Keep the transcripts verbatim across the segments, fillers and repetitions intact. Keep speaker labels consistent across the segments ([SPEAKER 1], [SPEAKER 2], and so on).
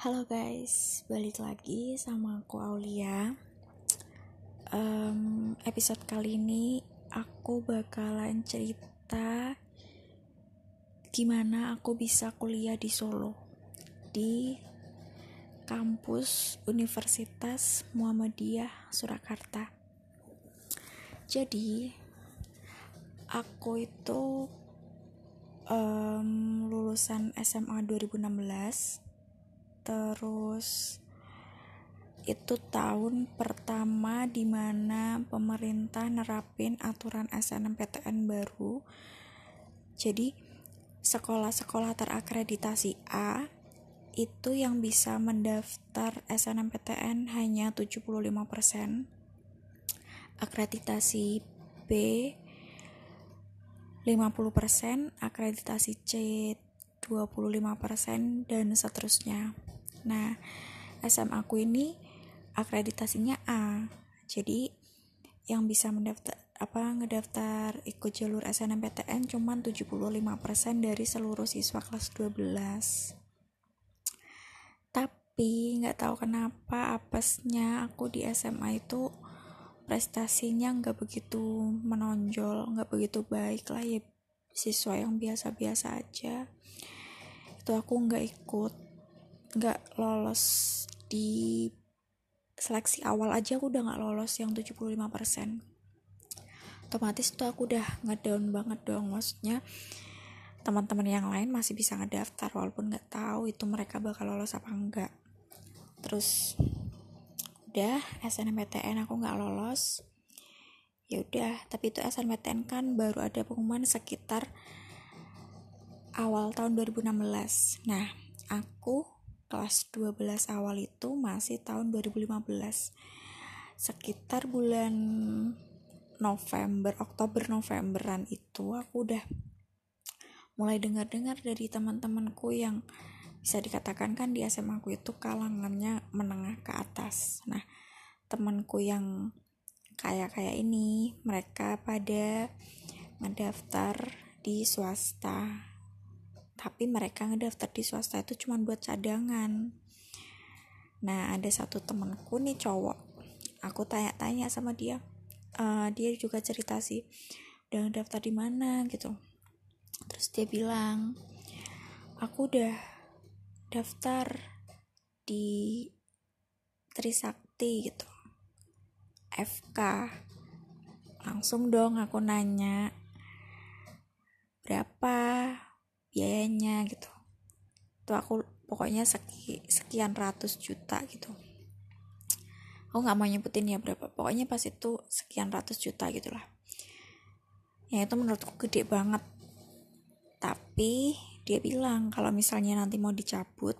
[SPEAKER 1] Halo guys, balik lagi sama aku Aulia. um, Episode kali ini aku bakalan cerita gimana aku bisa kuliah di Solo, di kampus Universitas Muhammadiyah Surakarta. Jadi aku itu um, lulusan S M A dua ribu enam belas. Terus itu tahun pertama di mana pemerintah nerapin aturan S N M P T N baru. Jadi sekolah-sekolah terakreditasi A itu yang bisa mendaftar S N M P T N hanya tujuh puluh lima persen, akreditasi B lima puluh persen, akreditasi C dua puluh lima persen, dan seterusnya. Nah, S M A aku ini akreditasinya A. Jadi yang bisa mendaftar apa ngedaftar ikut jalur S N M P T N cuma tujuh puluh lima persen dari seluruh siswa kelas dua belas. Tapi nggak tahu kenapa apesnya aku di S M A itu prestasinya nggak begitu menonjol, nggak begitu baik lah ya, siswa yang biasa-biasa aja. Itu aku nggak ikut, nggak lolos di seleksi awal aja. Aku udah nggak lolos yang tujuh puluh lima persen. Otomatis tuh aku udah ngedown banget dong. Maksudnya teman-teman yang lain masih bisa ngedaftar walaupun nggak tahu itu mereka bakal lolos apa enggak. Terus udah S N M P T N aku nggak lolos. Ya udah, tapi itu S N M P T N kan baru ada pengumuman sekitar awal tahun dua ribu enam belas. Nah, aku kelas dua belas awal itu masih tahun dua ribu lima belas. Sekitar bulan November, Oktober Novemberan itu aku udah mulai dengar-dengar dari teman-temanku yang bisa dikatakan kan di S M A aku itu kalangannya menengah ke atas. Nah, temanku yang kaya-kaya ini mereka pada ngedaftar di swasta. Tapi mereka ngedaftar di swasta itu cuma buat cadangan. Nah, ada satu temanku nih cowok. Aku tanya-tanya sama dia. Uh, dia juga cerita sih, udah ngedaftar di mana gitu. Terus dia bilang, aku udah daftar di Trisakti gitu, F K. Langsung dong aku nanya, berapa biayanya gitu. Tuh aku pokoknya seki, sekian ratus juta gitu. Aku nggak mau nyebutin ya berapa, pokoknya pas itu sekian ratus juta gitulah. Ya itu menurutku gede banget. Tapi dia bilang kalau misalnya nanti mau dicabut,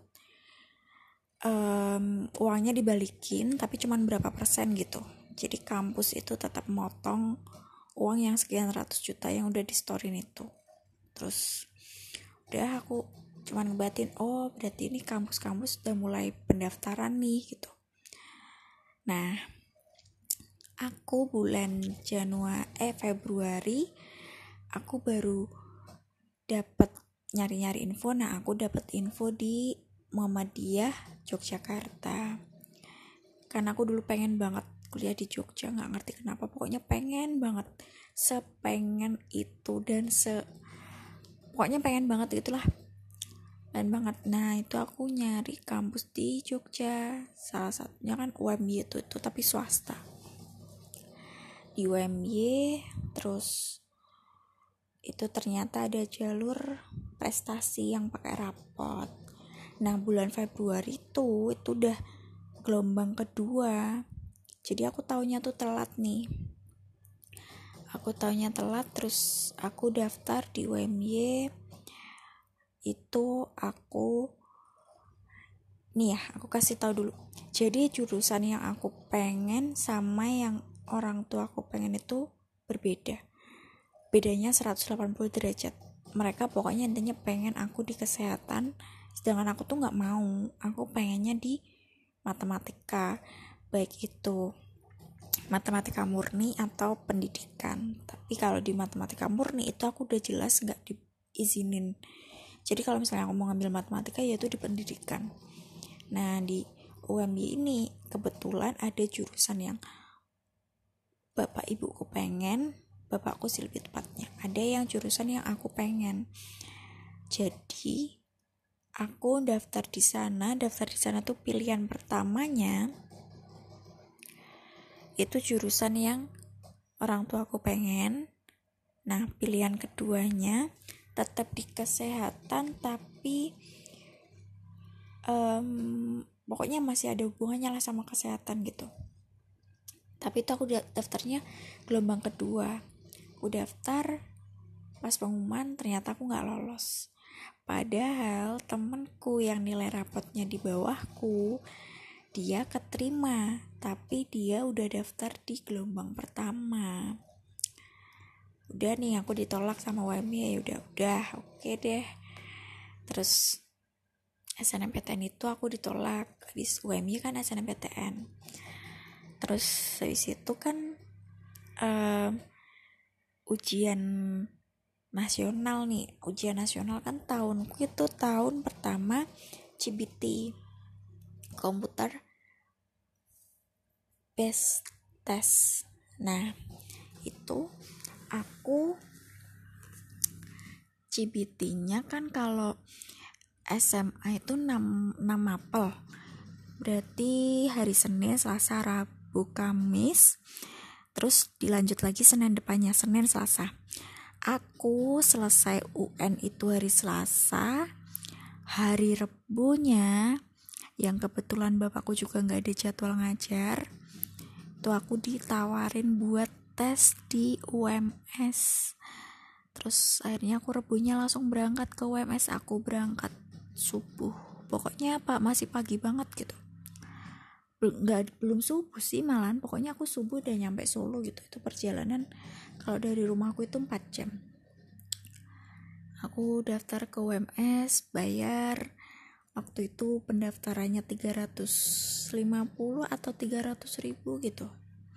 [SPEAKER 1] um, uangnya dibalikin tapi cuma berapa persen gitu. Jadi kampus itu tetap motong uang yang sekian ratus juta yang udah di storin itu. Terus udah aku cuman ngebatin, oh berarti ini kampus-kampus udah mulai pendaftaran nih gitu. Nah, aku bulan Januari eh Februari aku baru dapat nyari-nyari info. Nah, aku dapat info di Muhammadiyah Yogyakarta. Karena aku dulu pengen banget kuliah di Jogja, nggak ngerti kenapa, pokoknya pengen banget, sepengen itu dan se pokoknya pengen banget itulah, pengen banget. Nah, itu aku nyari kampus di Jogja, salah satunya kan U M Y itu, itu tapi swasta. Di U M Y, terus itu ternyata ada jalur prestasi yang pakai rapot. Nah, bulan Februari itu itu udah gelombang kedua. Jadi aku taunya tuh telat nih. Aku taunya telat, terus aku daftar di U M Y. Itu aku nih ya, aku kasih tahu dulu. Jadi jurusan yang aku pengen sama yang orang tua aku pengen itu berbeda. Bedanya seratus delapan puluh derajat. Mereka pokoknya intinya pengen aku di kesehatan, sedangkan aku tuh nggak mau. Aku pengennya di matematika, baik itu matematika murni atau pendidikan. Tapi kalau di matematika murni itu aku udah jelas nggak diizinin. Jadi kalau misalnya aku mau ngambil matematika, ya itu di pendidikan. Nah di U M Y ini kebetulan ada jurusan yang bapak ibuku pengen, bapakku sih lebih tepatnya, ada yang jurusan yang aku pengen. Jadi aku daftar di sana. Daftar di sana tuh pilihan pertamanya itu jurusan yang orang tua aku pengen. Nah pilihan keduanya tetap di kesehatan, tapi um, pokoknya masih ada hubungannya lah sama kesehatan gitu. Tapi itu aku daftarnya gelombang kedua. Aku daftar, pas pengumuman ternyata aku gak lolos. Padahal temenku yang nilai rapotnya di bawahku, dia keterima, tapi dia udah daftar di gelombang pertama. Udah nih aku ditolak sama U M Y, ya udah udah oke okay deh. Terus S N M P T N itu aku ditolak, di U M Y kan S N M P T N. Terus habis itu kan um, ujian nasional nih. Ujian nasional kan tahunku itu tahun pertama C B T, Computer Based Test. Nah itu aku C B T-nya kan kalau S M A itu enam mapel. Berarti hari Senin, Selasa, Rabu, Kamis, terus dilanjut lagi Senin depannya, Senin, Selasa. Aku selesai U N itu hari Selasa. Hari Rebunya, yang kebetulan bapakku juga gak ada jadwal ngajar, itu aku ditawarin buat tes di U M S. Terus akhirnya aku Rebunya langsung berangkat ke U M S. Aku berangkat subuh, pokoknya apa masih pagi banget gitu. Nggak, belum subuh sih malahan, pokoknya aku subuh udah nyampe Solo gitu. Itu perjalanan kalau dari rumahku itu empat jam. Aku daftar ke U M S, bayar. Waktu itu pendaftarannya tiga ratus lima puluh atau tiga ratus ribu gitu.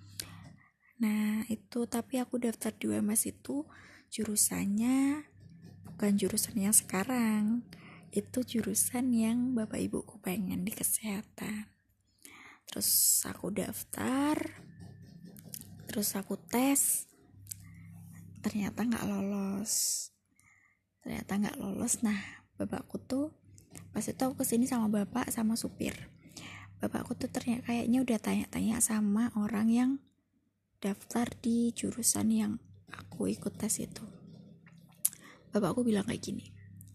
[SPEAKER 1] Nah itu, tapi aku daftar di U M S itu jurusannya bukan jurusan yang sekarang, itu jurusan yang bapak ibuku pengen, di kesehatan. Terus aku daftar, terus aku tes, ternyata gak lolos. Ternyata gak lolos. Nah bapakku tuh, pas itu aku kesini sama bapak sama supir. Bapakku tuh ternyata kayaknya udah tanya-tanya sama orang yang daftar di jurusan yang aku ikut tes itu. Bapakku bilang kayak gini,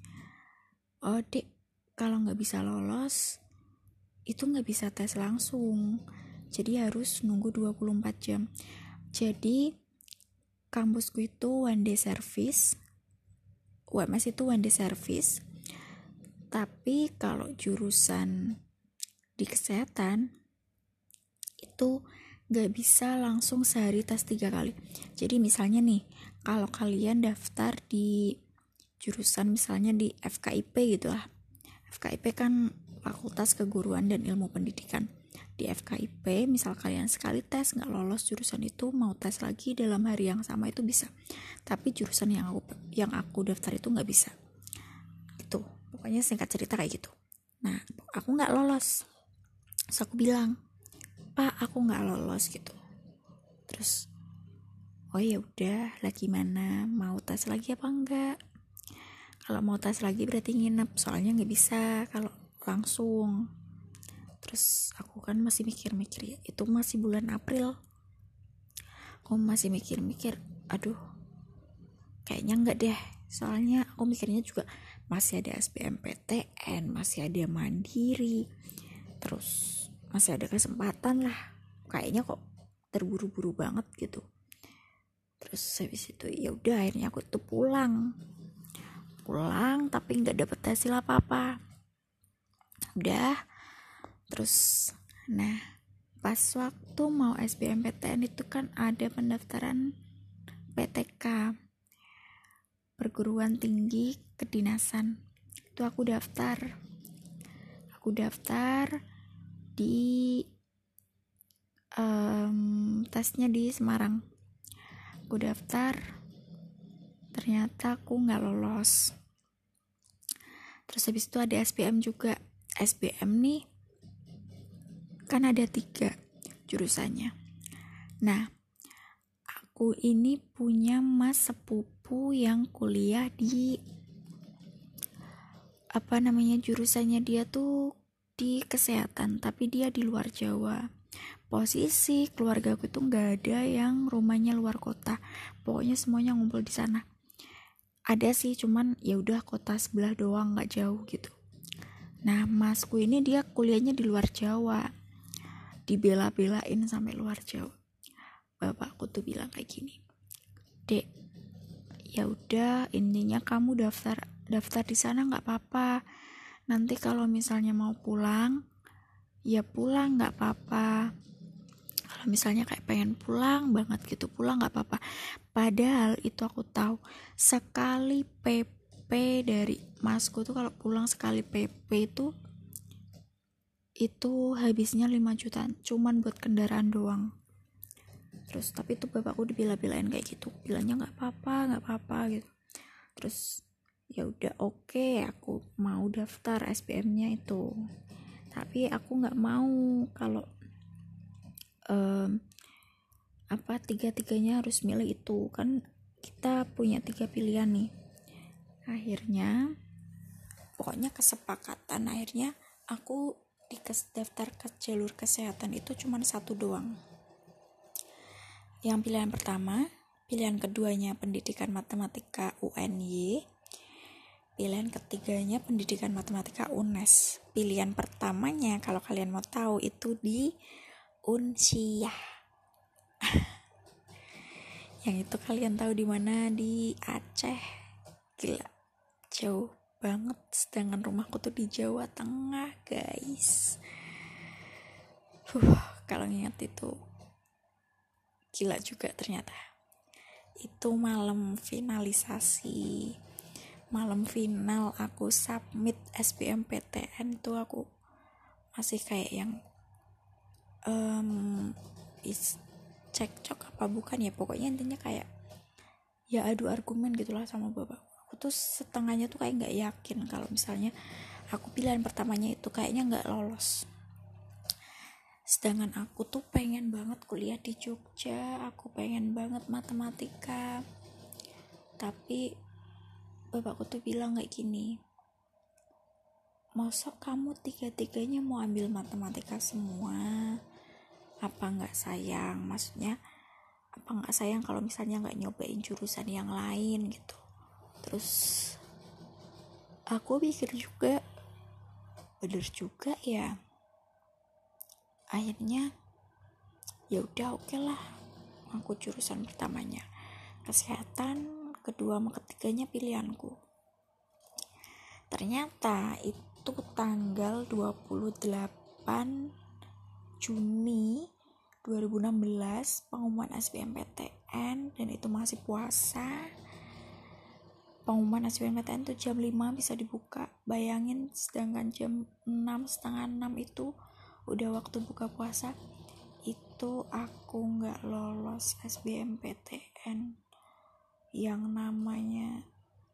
[SPEAKER 1] oh dek, kalau gak bisa lolos itu gak bisa tes langsung, jadi harus nunggu dua puluh empat jam. Jadi kampusku itu one day service, U M S itu one day service. Tapi kalau jurusan di kesehatan itu gak bisa langsung sehari tes tiga kali. Jadi misalnya nih, kalau kalian daftar di jurusan misalnya di F K I P gitu lah. F K I P kan Fakultas Keguruan dan Ilmu Pendidikan. Di F K I P misal kalian sekali tes gak lolos jurusan itu, mau tes lagi dalam hari yang sama itu bisa. Tapi jurusan yang aku yang aku daftar itu gak bisa. Itu pokoknya singkat cerita kayak gitu. Nah aku gak lolos. Terus aku bilang, Pak aku gak lolos gitu. Terus oh ya udah lah, gimana, mau tes lagi apa enggak? Kalau mau tes lagi berarti nginep, soalnya nggak bisa kalau langsung. Terus aku kan masih mikir-mikir, ya itu masih bulan April. Aku masih mikir-mikir, aduh kayaknya enggak deh. Soalnya aku mikirnya juga masih ada S B M P T N, masih ada Mandiri, terus masih ada kesempatan lah. Kayaknya kok terburu-buru banget gitu. Terus habis itu ya udah, akhirnya aku tuh pulang. Pulang tapi nggak dapet hasil apa-apa. Udah. Terus nah pas waktu mau S B M P T N itu kan ada pendaftaran P T K, Perguruan Tinggi Kedinasan. Itu aku daftar. Aku daftar di um, tesnya di Semarang. Aku daftar, ternyata aku nggak lolos. Terus habis itu ada S B M juga. S B M nih kan ada tiga jurusannya. Nah, aku ini punya mas sepupu yang kuliah di apa namanya jurusannya dia tuh di kesehatan, tapi dia di luar Jawa. Posisi keluarga aku tuh nggak ada yang rumahnya luar kota, pokoknya semuanya ngumpul di sana. Ada sih, cuman ya udah kota sebelah doang, nggak jauh gitu. Nah, masku ini dia kuliahnya di luar Jawa, dibela-belain sampai luar Jawa. Bapakku tuh bilang kayak gini, Dek, ya udah intinya kamu daftar daftar di sana nggak apa-apa. Nanti kalau misalnya mau pulang, ya pulang nggak apa-apa. Kalau misalnya kayak pengen pulang banget gitu, pulang nggak apa-apa. Padahal itu aku tahu sekali P P dari masku tuh kalau pulang sekali P P itu itu habisnya lima jutaan cuman buat kendaraan doang. Terus tapi itu bapakku dibela-belain kayak gitu, bilangnya nggak apa-apa nggak apa-apa gitu. Terus ya udah oke okay, aku mau daftar S B M-nya itu, tapi aku nggak mau kalau um, apa tiga-tiganya harus milih itu, kan kita punya tiga pilihan nih. Akhirnya pokoknya kesepakatan akhirnya aku di daftar ke jalur kesehatan itu cuma satu doang. Yang pilihan pertama, pilihan keduanya pendidikan matematika U N Y, pilihan ketiganya pendidikan matematika U N E S. Pilihan pertamanya kalau kalian mau tahu itu di Unsiah. Yang itu kalian tahu di mana? Di Aceh. Gila, jauh banget, sedangkan rumahku tuh di Jawa Tengah, guys. Huh, kalau ingat itu gila juga ternyata. Itu malam finalisasi, malam final aku submit S B M P T N tuh aku masih kayak yang um, is cekcok apa bukan ya, pokoknya intinya kayak ya adu argumen gitulah sama bapak. Aku tuh setengahnya tuh kayak nggak yakin kalau misalnya aku pilihan pertamanya itu kayaknya nggak lolos. Sedangkan aku tuh pengen banget kuliah di Jogja, aku pengen banget matematika. Tapi bapakku tuh bilang kayak gini, mosok kamu tiga-tiganya mau ambil matematika semua? Apa nggak sayang? Maksudnya apa nggak sayang kalau misalnya nggak nyobain jurusan yang lain gitu? Terus aku pikir juga, bener juga ya. Akhirnya ya udah oke okay lah, aku jurusan pertamanya kesehatan, kedua sama ketiganya pilihanku. Ternyata itu tanggal dua puluh delapan Juni dua ribu enam belas pengumuman S B M P T N, dan itu masih puasa. Pengumuman S B M P T N tuh jam lima bisa dibuka, bayangin, sedangkan jam enam setengah enam itu udah waktu buka puasa. Itu aku gak lolos S B M P T N. Yang namanya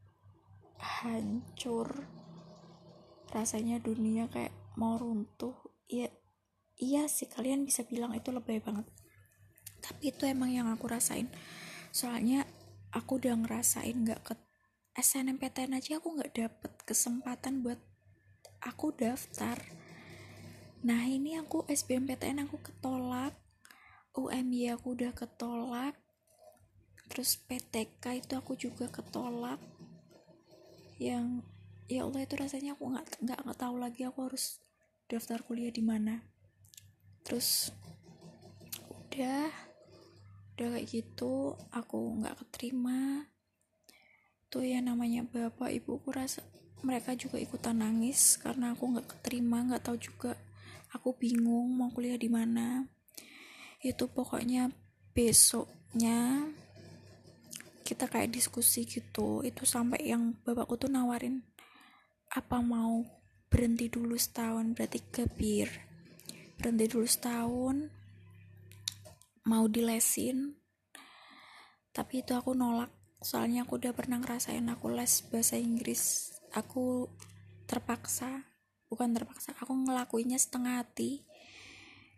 [SPEAKER 1] hancur, rasanya dunia kayak mau runtuh. Iya, iya sih, kalian bisa bilang itu lebay banget, tapi itu emang yang aku rasain. Soalnya aku udah ngerasain gak ke S N M P T N aja aku gak dapet kesempatan buat aku daftar. Nah ini aku S B M P T N aku ketolak, U M Y aku udah ketolak, terus P T K itu aku juga ketolak. Yang ya Allah, itu rasanya aku nggak nggak nggak tahu lagi aku harus daftar kuliah di mana. Terus udah udah kayak gitu aku nggak keterima. Tuh ya namanya bapak ibuku, rasa mereka juga ikutan nangis karena aku nggak keterima. Nggak tahu juga, aku bingung mau kuliah di mana. Itu pokoknya besoknya kita kayak diskusi gitu. Itu sampai yang bapakku tuh nawarin, apa mau berhenti dulu setahun, berarti kebir, berhenti dulu setahun, mau dilesin. Tapi itu aku nolak, soalnya aku udah pernah ngerasain aku les bahasa Inggris. Aku terpaksa, bukan terpaksa, aku ngelakuinnya setengah hati.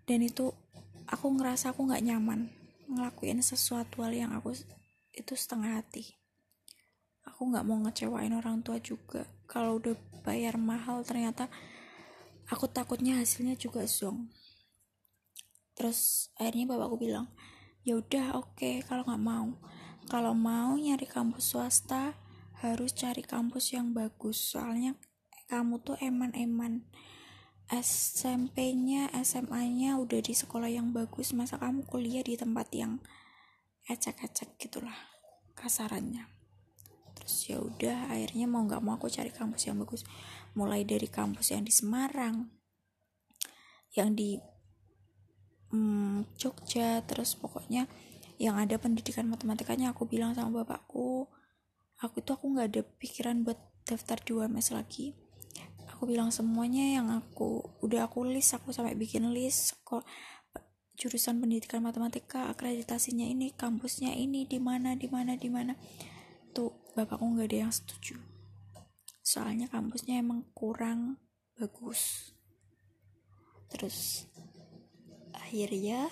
[SPEAKER 1] dan itu aku ngerasa aku nggak nyaman ngelakuin sesuatu hal yang aku itu setengah hati. Aku nggak mau ngecewain orang tua juga. Kalau udah bayar mahal ternyata aku takutnya hasilnya juga zonk. Terus akhirnya bapakku bilang, ya udah oke okay, kalau nggak mau, kalau mau nyari kampus swasta harus cari kampus yang bagus, soalnya kamu tuh eman-eman S M P-nya, S M A-nya udah di sekolah yang bagus, masa kamu kuliah di tempat yang ecek-ecek gitulah kasarannya. Terus ya udah akhirnya mau nggak mau aku cari kampus yang bagus, mulai dari kampus yang di Semarang, yang di hmm, Jogja, terus pokoknya yang ada pendidikan matematikanya. Aku bilang sama bapakku, aku tuh aku nggak ada pikiran buat daftar di U M S lagi. Aku bilang semuanya yang aku udah aku list, aku sampai bikin list kok jurusan pendidikan matematika, akreditasinya ini, kampusnya ini, di mana di mana di mana. Tuh bapakku nggak ada yang setuju. Soalnya kampusnya emang kurang bagus. Terus akhirnya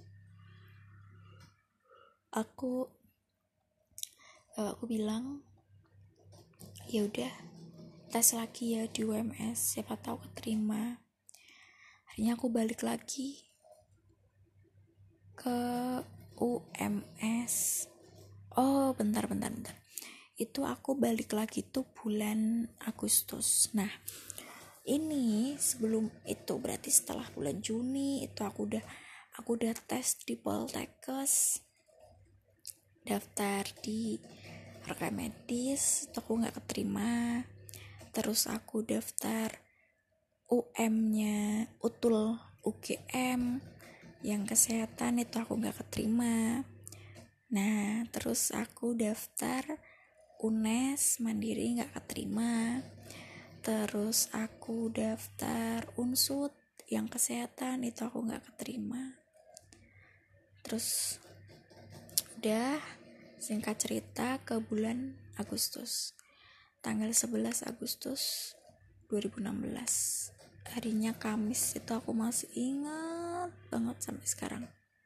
[SPEAKER 1] aku aku bilang ya udah tes lagi ya di U M S, siapa tahu keterima. Akhirnya aku balik lagi ke U M S. Oh bentar bentar bentar itu aku balik lagi tuh bulan Agustus. Nah ini sebelum itu berarti setelah bulan Juni itu aku udah aku udah tes di Poltekkes, daftar di rekam medis, itu aku nggak keterima. Terus aku daftar U M-nya Utul U G M yang kesehatan, itu aku nggak keterima. Nah terus aku daftar U N E S Mandiri nggak keterima. Terus aku daftar Unsud yang kesehatan, itu aku nggak keterima. Terus udah singkat cerita ke bulan Agustus, tanggal sebelas Agustus dua ribu enam belas, harinya Kamis, itu aku masih ingat banget sampai sekarang.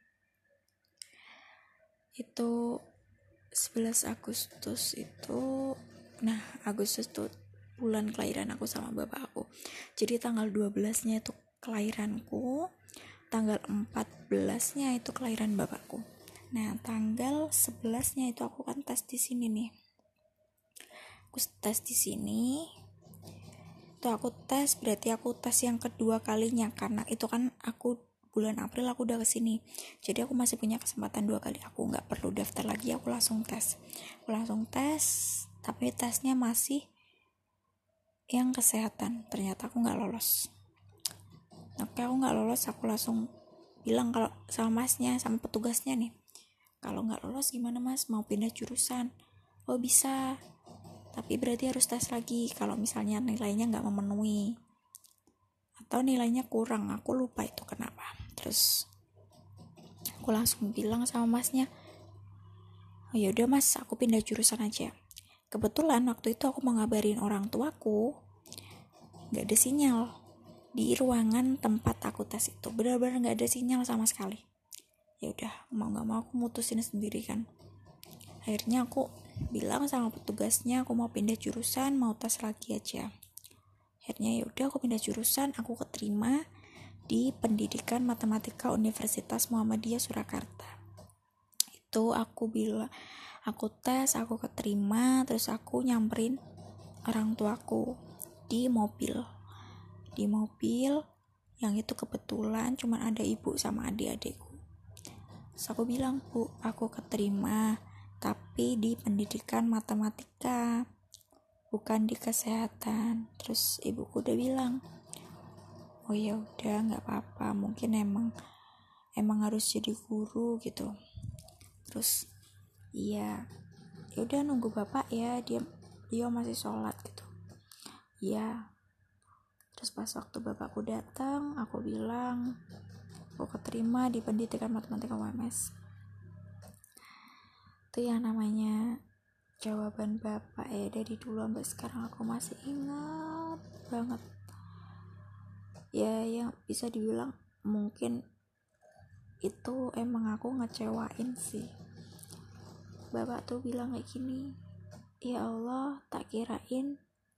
[SPEAKER 1] Itu sebelas Agustus itu, nah Agustus tuh bulan kelahiran aku sama bapak aku. Jadi tanggal dua belas-nya itu kelahiranku, tanggal empat belas-nya itu kelahiran bapakku. Nah, tanggal sebelas-nya itu aku kan tes di sini nih. Aku tes di sini. Itu aku tes, berarti aku tes yang kedua kalinya, karena itu kan aku bulan April aku udah kesini, jadi aku masih punya kesempatan dua kali. Aku nggak perlu daftar lagi, aku langsung tes. Aku langsung tes, tapi tesnya masih yang kesehatan. Ternyata aku nggak lolos. Oke, aku nggak lolos. Aku langsung bilang kalau sama masnya, sama petugasnya nih, kalau nggak lolos gimana mas, mau pindah jurusan? Oh bisa, tapi berarti harus tes lagi kalau misalnya nilainya nggak memenuhi atau nilainya kurang, aku lupa itu kenapa. Terus aku langsung bilang sama masnya, oh yaudah mas, aku pindah jurusan aja. Kebetulan waktu itu aku mau ngabarin orang tuaku, nggak ada sinyal di ruangan tempat aku tes itu, benar-benar nggak ada sinyal sama sekali. Ya udah, mau nggak mau aku mutusin sendiri kan. Akhirnya aku bilang sama petugasnya aku mau pindah jurusan, mau tes lagi aja. Akhirnya ya udah aku pindah jurusan, aku keterima di Pendidikan Matematika Universitas Muhammadiyah Surakarta. Itu aku bilang, aku tes, aku keterima, terus aku nyamperin orang tuaku di mobil. Di mobil yang itu kebetulan cuma ada ibu sama adik-adikku. Terus aku bilang, bu, aku keterima tapi di Pendidikan Matematika, bukan di kesehatan. Terus ibuku udah bilang, oh ya udah nggak apa-apa, mungkin emang emang harus jadi guru gitu. Terus iya, ya udah nunggu bapak ya, dia dia masih sholat gitu. Iya. Terus pas waktu bapakku datang, aku bilang aku keterima di Pendidikan Matematika U M S. Itu yang namanya jawaban bapak ya, dari dulu sampai sekarang aku masih ingat banget. Ya yang bisa dibilang mungkin itu emang aku ngecewain sih. Bapak tuh bilang kayak gini, ya Allah, tak kirain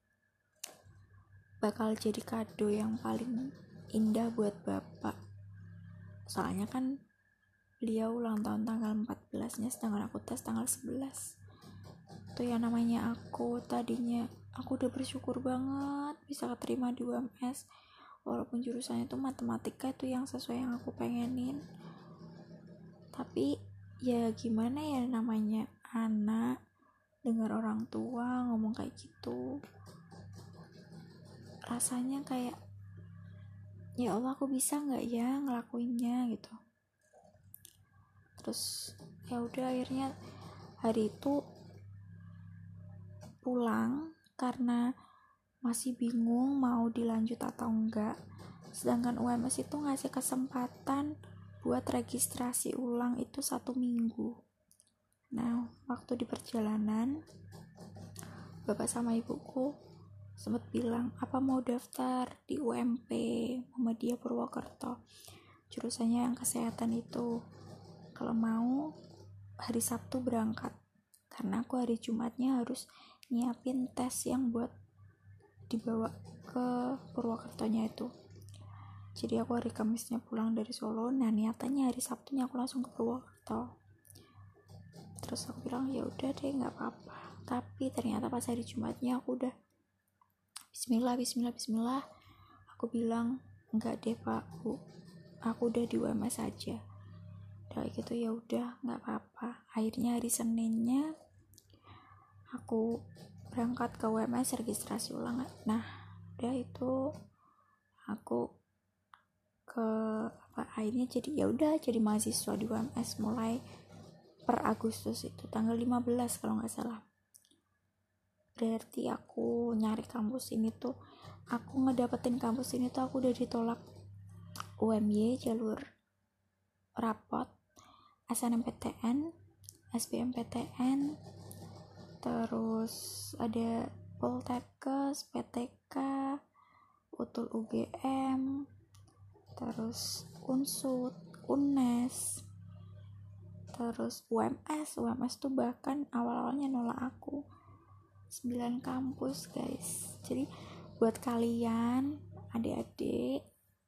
[SPEAKER 1] bakal jadi kado yang paling indah buat bapak. Soalnya kan beliau ulang tahun tanggal empat belas nya, sedangkan aku tes tanggal sebelas. Tuh yang namanya aku tadinya aku udah bersyukur banget bisa keterima di U M S, walaupun jurusannya itu matematika, itu yang sesuai yang aku pengenin. Tapi ya gimana ya, namanya anak dengar orang tua ngomong kayak gitu, rasanya kayak ya Allah, aku bisa nggak ya ngelakuinnya gitu. Terus ya udah, akhirnya hari itu pulang karena masih bingung mau dilanjut atau enggak. Sedangkan U M S itu ngasih kesempatan buat registrasi ulang itu satu minggu. Nah, waktu di perjalanan bapak sama ibuku sempat bilang, apa mau daftar di U M P Muhammadiyah Purwokerto, jurusannya yang kesehatan itu. Kalau mau hari Sabtu berangkat, karena aku hari Jumatnya harus nyiapin tes yang buat dibawa ke Purwokertonya itu. Jadi aku hari Kamisnya pulang dari Solo, nah niatannya hari Sabtunya aku langsung ke Purwokerto. Terus aku bilang ya udah deh, nggak apa-apa. Tapi ternyata pas hari Jumatnya aku udah Bismillah, Bismillah, Bismillah. Aku bilang enggak deh Pak, Bu, aku udah di U M S aja. Udah gitu ya udah, nggak apa-apa. Akhirnya hari Seninnya aku berangkat ke U M S registrasi ulang. Nah udah itu aku ke apa akhirnya jadi ya udah jadi mahasiswa di U M S mulai per Agustus itu tanggal lima belas kalau nggak salah. Berarti aku nyari kampus ini tuh, aku ngedapetin kampus ini tuh aku udah ditolak U M Y jalur rapot, S N M P T N, S B M P T N, terus ada Poltekkes, P T K, Utul U G M, terus Unsud, Unes, terus U M S. U M S tuh bahkan awal-awalnya nolak aku. sembilan kampus guys. Jadi buat kalian adik-adik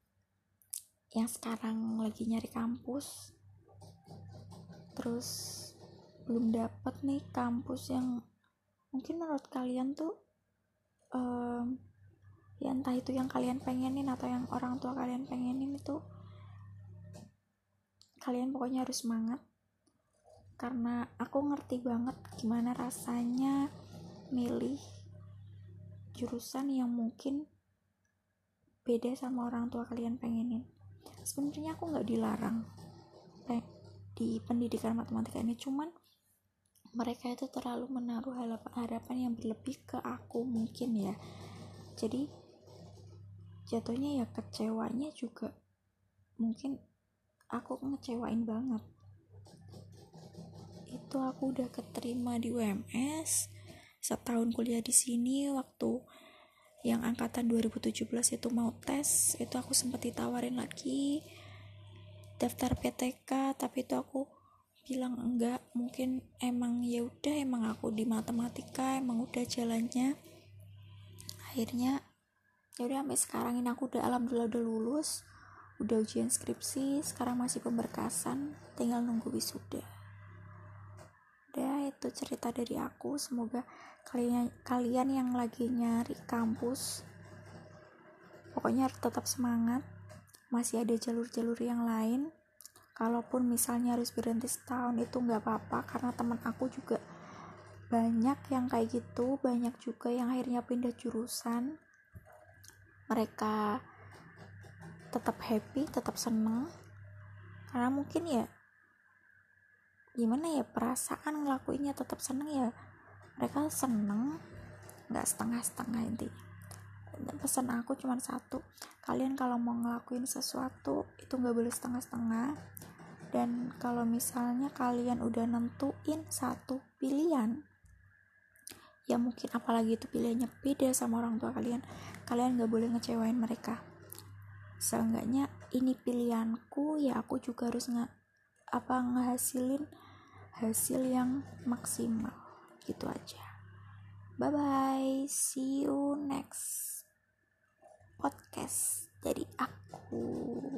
[SPEAKER 1] yang sekarang lagi nyari kampus terus belum dapet nih kampus yang mungkin menurut kalian tuh um, ya entah itu yang kalian pengenin atau yang orang tua kalian pengenin, itu kalian pokoknya harus semangat, karena aku ngerti banget gimana rasanya milih jurusan yang mungkin beda sama orang tua kalian pengenin. Sebenarnya aku nggak dilarang di pendidikan matematika ini, cuman mereka itu terlalu menaruh harapan yang berlebih ke aku mungkin ya. Jadi jatuhnya ya kecewanya juga mungkin aku ngecewain banget. Itu aku udah keterima di U M S, setahun kuliah di sini. Waktu yang angkatan dua ribu tujuh belas itu mau tes, itu aku sempat ditawarin lagi daftar P T K, tapi itu aku bilang enggak, mungkin emang ya udah emang aku di matematika emang udah jalannya. Akhirnya ya udah sampai sekarang ini aku udah alhamdulillah udah lulus, udah ujian skripsi, sekarang masih pemberkasan, tinggal nunggu wisuda. Udah, itu cerita dari aku. Semoga kalian kalian yang lagi nyari kampus pokoknya harus tetap semangat, masih ada jalur-jalur yang lain. Kalaupun misalnya harus berhenti setahun itu nggak apa-apa, karena teman aku juga banyak yang kayak gitu, banyak juga yang akhirnya pindah jurusan. Mereka tetap happy, tetap seneng, karena mungkin ya gimana ya, perasaan ngelakuinnya tetap seneng ya, mereka seneng, nggak setengah-setengah. Intinya dan pesan aku cuma satu, kalian kalau mau ngelakuin sesuatu itu nggak boleh setengah-setengah. Dan kalau misalnya kalian udah nentuin satu pilihan, ya mungkin apalagi itu pilihannya beda sama orang tua kalian, kalian nggak boleh ngecewain mereka. seenggaknya ini pilihanku, ya aku juga harus nge apa ngehasilin hasil yang maksimal. Gitu aja. Bye bye, see you next podcast dari aku.